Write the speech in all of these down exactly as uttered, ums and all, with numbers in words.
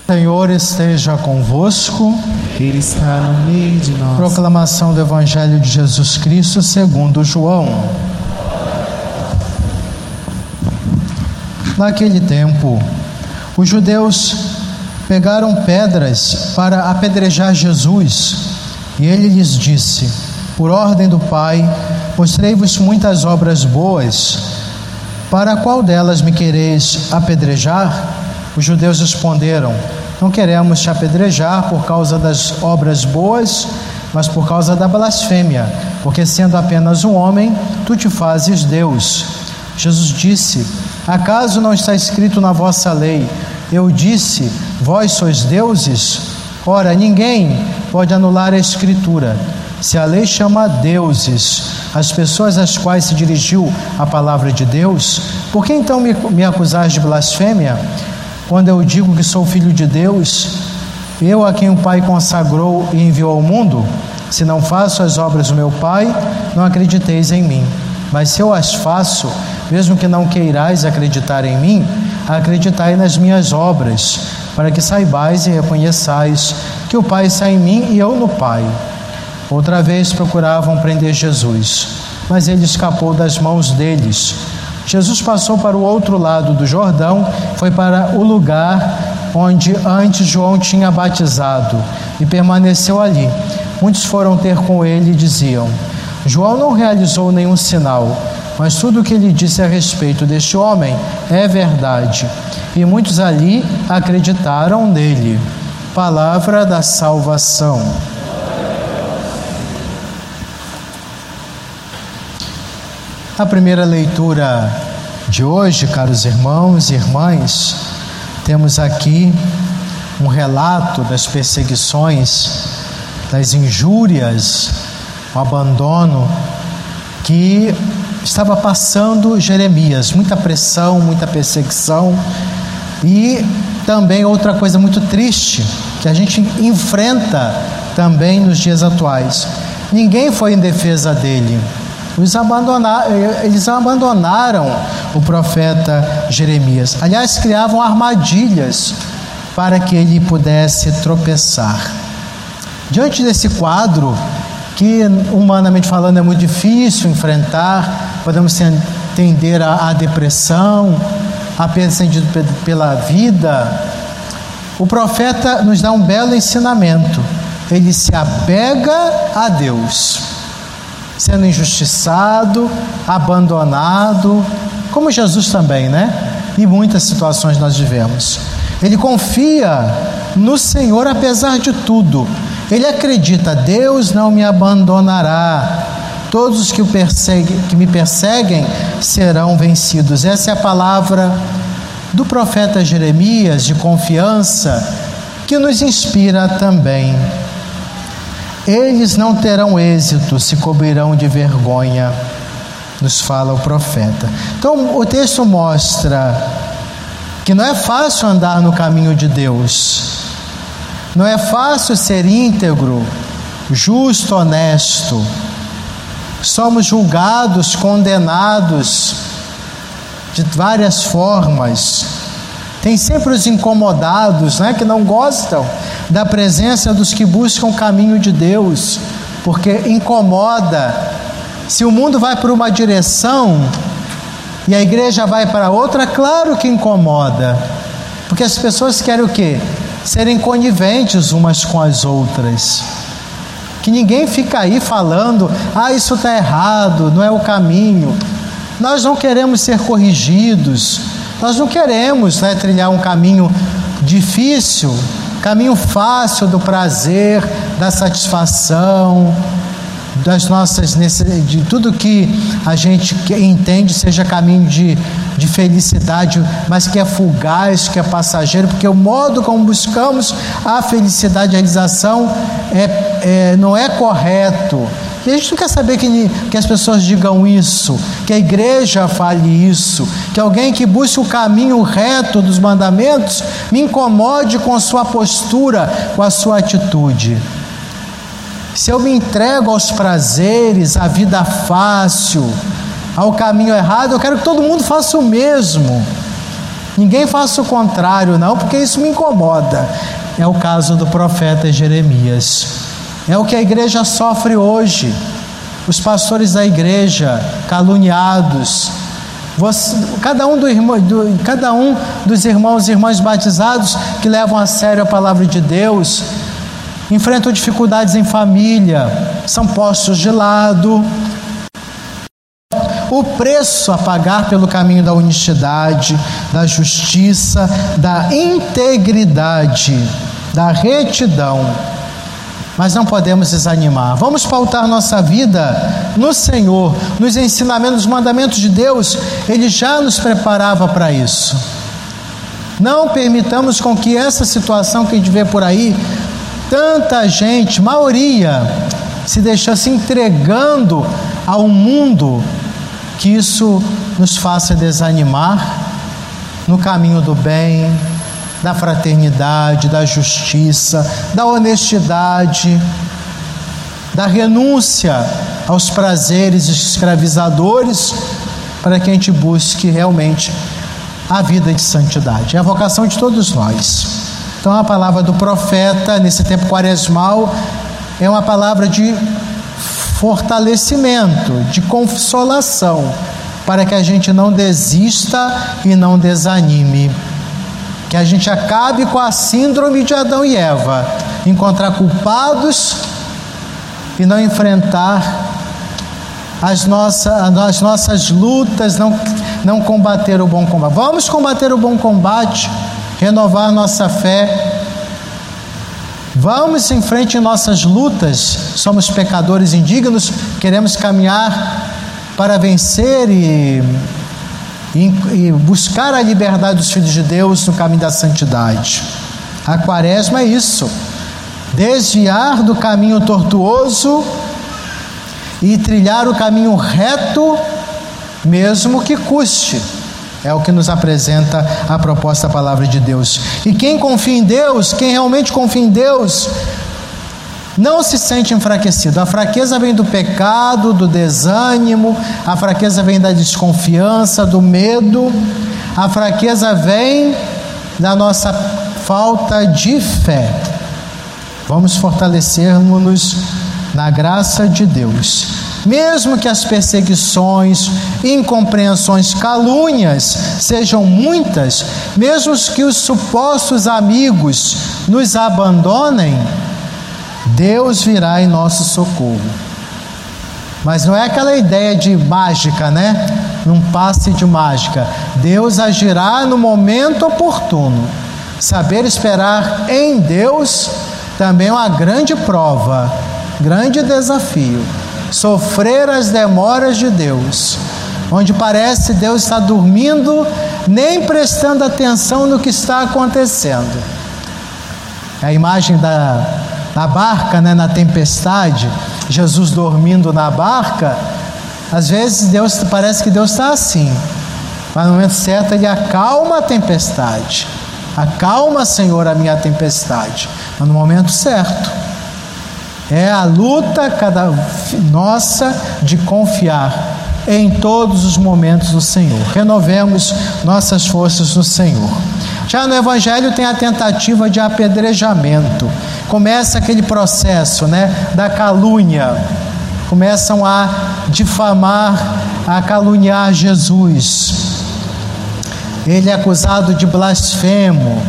O Senhor esteja convosco. Ele está no meio de nós. Proclamação do Evangelho de Jesus Cristo segundo João. Naquele tempo, os judeus pegaram pedras para apedrejar Jesus, e ele lhes disse: por ordem do Pai, mostrei-vos muitas obras boas. Para qual delas me quereis apedrejar? Os judeus responderam: não queremos te apedrejar por causa das obras boas, mas por causa da blasfêmia, porque sendo apenas um homem, tu te fazes Deus. Jesus disse: acaso não está escrito na vossa lei: eu disse, vós sois deuses? Ora, ninguém pode anular a Escritura. Se a lei chama deuses as pessoas às quais se dirigiu a palavra de Deus, por que então me, me acusais de blasfêmia? Quando eu digo que sou filho de Deus, eu a quem o Pai consagrou e enviou ao mundo? Se não faço as obras do meu Pai, não acrediteis em mim. Mas se eu as faço, mesmo que não queirais acreditar em mim, acreditai nas minhas obras, para que saibais e reconheçais que o Pai está em mim e eu no Pai. Outra vez procuravam prender Jesus, mas ele escapou das mãos deles. Jesus passou para o outro lado do Jordão, foi para o lugar onde antes João tinha batizado e permaneceu ali. Muitos foram ter com ele e diziam: João não realizou nenhum sinal, mas tudo o que ele disse a respeito deste homem é verdade. E muitos ali acreditaram nele. Palavra da salvação. A primeira leitura de hoje, caros irmãos e irmãs, temos aqui um relato das perseguições, das injúrias, o abandono que estava passando Jeremias, muita pressão, muita perseguição, e também outra coisa muito triste que a gente enfrenta também nos dias atuais: ninguém foi em defesa dele. Os abandonaram, eles abandonaram o profeta Jeremias. Aliás, criavam armadilhas para que ele pudesse tropeçar. Diante desse quadro, que humanamente falando é muito difícil enfrentar, podemos entender a, a depressão, a perda de sentido pela vida, o profeta nos dá um belo ensinamento. Ele se apega a Deus, sendo injustiçado, abandonado, como Jesus também, né? Em muitas situações nós vivemos. Ele confia no Senhor apesar de tudo. Ele acredita: Deus não me abandonará. Todos os que, o perseguem, que me perseguem serão vencidos. Essa é a palavra do profeta Jeremias, de confiança, que nos inspira também. Eles não terão êxito, se cobrirão de vergonha, nos fala o profeta. Então o texto mostra que não é fácil andar no caminho de Deus, não é fácil ser íntegro, justo, honesto. Somos julgados, condenados de várias formas. Tem sempre os incomodados, né, que não gostam da presença dos que buscam o caminho de Deus, porque incomoda. Se o mundo vai para uma direção e a igreja vai para outra, claro que incomoda, porque as pessoas querem o quê? Serem coniventes umas com as outras. Que ninguém fica aí falando: ah, isso está errado, não é o caminho. Nós não queremos ser corrigidos, nós não queremos, né, trilhar um caminho difícil, caminho fácil do prazer, da satisfação, das nossas necessidades, de tudo que a gente entende seja caminho de, de felicidade, mas que é fugaz, que é passageiro, porque o modo como buscamos a felicidade, a realização é, é, não é correto. E a gente não quer saber que, que as pessoas digam isso, que a igreja fale isso, que alguém que busque o caminho reto dos mandamentos me incomode com sua postura, com a sua atitude. Se eu me entrego aos prazeres, à vida fácil, ao caminho errado, eu quero que todo mundo faça o mesmo. Ninguém faça o contrário, não, porque isso me incomoda. É o caso do profeta Jeremias. É o que a igreja sofre hoje. Os pastores da igreja caluniados. Você, cada, um do irmão, do, cada um dos irmãos e irmãs batizados que levam a sério a palavra de Deus, enfrentam dificuldades em família, são postos de lado. O preço a pagar pelo caminho da honestidade, da justiça, da integridade, da retidão. Mas não podemos desanimar. Vamos pautar nossa vida no Senhor, nos ensinamentos, nos mandamentos de Deus. Ele já nos preparava para isso. Não permitamos com que essa situação que a gente vê por aí, tanta gente, maioria, se deixasse entregando ao mundo, que isso nos faça desanimar no caminho do bem, da fraternidade, da justiça, da honestidade, da renúncia aos prazeres escravizadores, para que a gente busque realmente a vida de santidade. É a vocação de todos nós. Então a palavra do profeta nesse tempo quaresmal é uma palavra de fortalecimento, de consolação, para que a gente não desista e não desanime. Que a gente acabe com a síndrome de Adão e Eva, encontrar culpados e não enfrentar as nossas, as nossas lutas, não, não combater o bom combate. Vamos combater o bom combate, renovar nossa fé. Vamos em frente em nossas lutas. Somos pecadores indignos, queremos caminhar para vencer e e buscar a liberdade dos filhos de Deus no caminho da santidade. A quaresma é isso: desviar do caminho tortuoso e trilhar o caminho reto, mesmo que custe. É o que nos apresenta a proposta da palavra de Deus. E quem confia em Deus, quem realmente confia em Deus, não se sente enfraquecido. A fraqueza vem do pecado, do desânimo, a fraqueza vem da desconfiança, do medo, a fraqueza vem da nossa falta de fé. Vamos fortalecer-nos na graça de Deus. Mesmo que as perseguições, incompreensões, calúnias sejam muitas, mesmo que os supostos amigos nos abandonem, Deus virá em nosso socorro. Mas não é aquela ideia de mágica, né? Num passe de mágica. Deus agirá no momento oportuno. Saber esperar em Deus também é uma grande prova, grande desafio. Sofrer as demoras de Deus, onde parece Deus estar dormindo, nem prestando atenção no que está acontecendo. A imagem da Na barca, né, na tempestade, Jesus dormindo na barca, às vezes Deus, parece que Deus está assim, mas no momento certo Ele acalma a tempestade. Acalma, Senhor, a minha tempestade, mas no momento certo. É a luta cada nossa de confiar em todos os momentos do Senhor. Renovemos nossas forças no Senhor. Já no Evangelho tem a tentativa de apedrejamento. Começa aquele processo, né, da calúnia. Começam a difamar, a caluniar Jesus. Ele é acusado de blasfemo.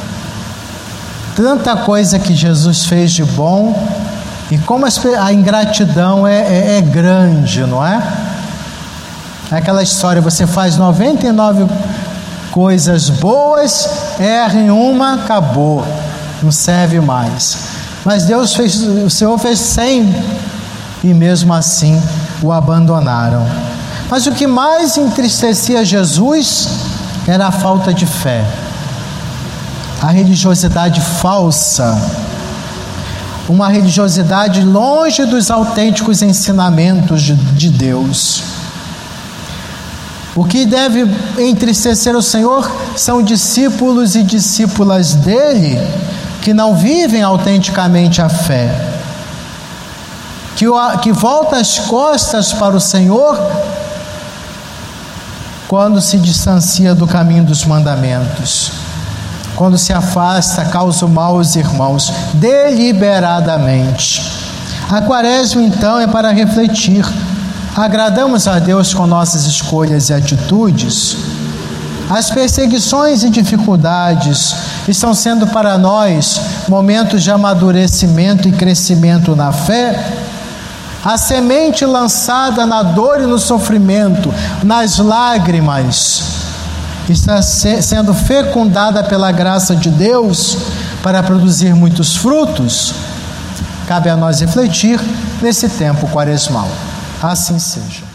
Tanta coisa que Jesus fez de bom, e como a ingratidão é, é, é grande, não é? É aquela história, você faz noventa e nove coisas boas, erra em uma, acabou, não serve mais. Mas Deus fez, o Senhor fez cem, e mesmo assim o abandonaram. Mas o que mais entristecia Jesus era a falta de fé, a religiosidade falsa, uma religiosidade longe dos autênticos ensinamentos de, de Deus. O que deve entristecer o Senhor são discípulos e discípulas dele que não vivem autenticamente a fé, que, que voltam as costas para o Senhor quando se distancia do caminho dos mandamentos, quando se afasta, causa o mal aos irmãos, deliberadamente. A quaresma, então, é para refletir. Agradamos a Deus com nossas escolhas e atitudes? As perseguições e dificuldades estão sendo para nós momentos de amadurecimento e crescimento na fé? A semente lançada na dor e no sofrimento, nas lágrimas, está sendo fecundada pela graça de Deus para produzir muitos frutos? Cabe a nós refletir nesse tempo quaresmal. Assim seja.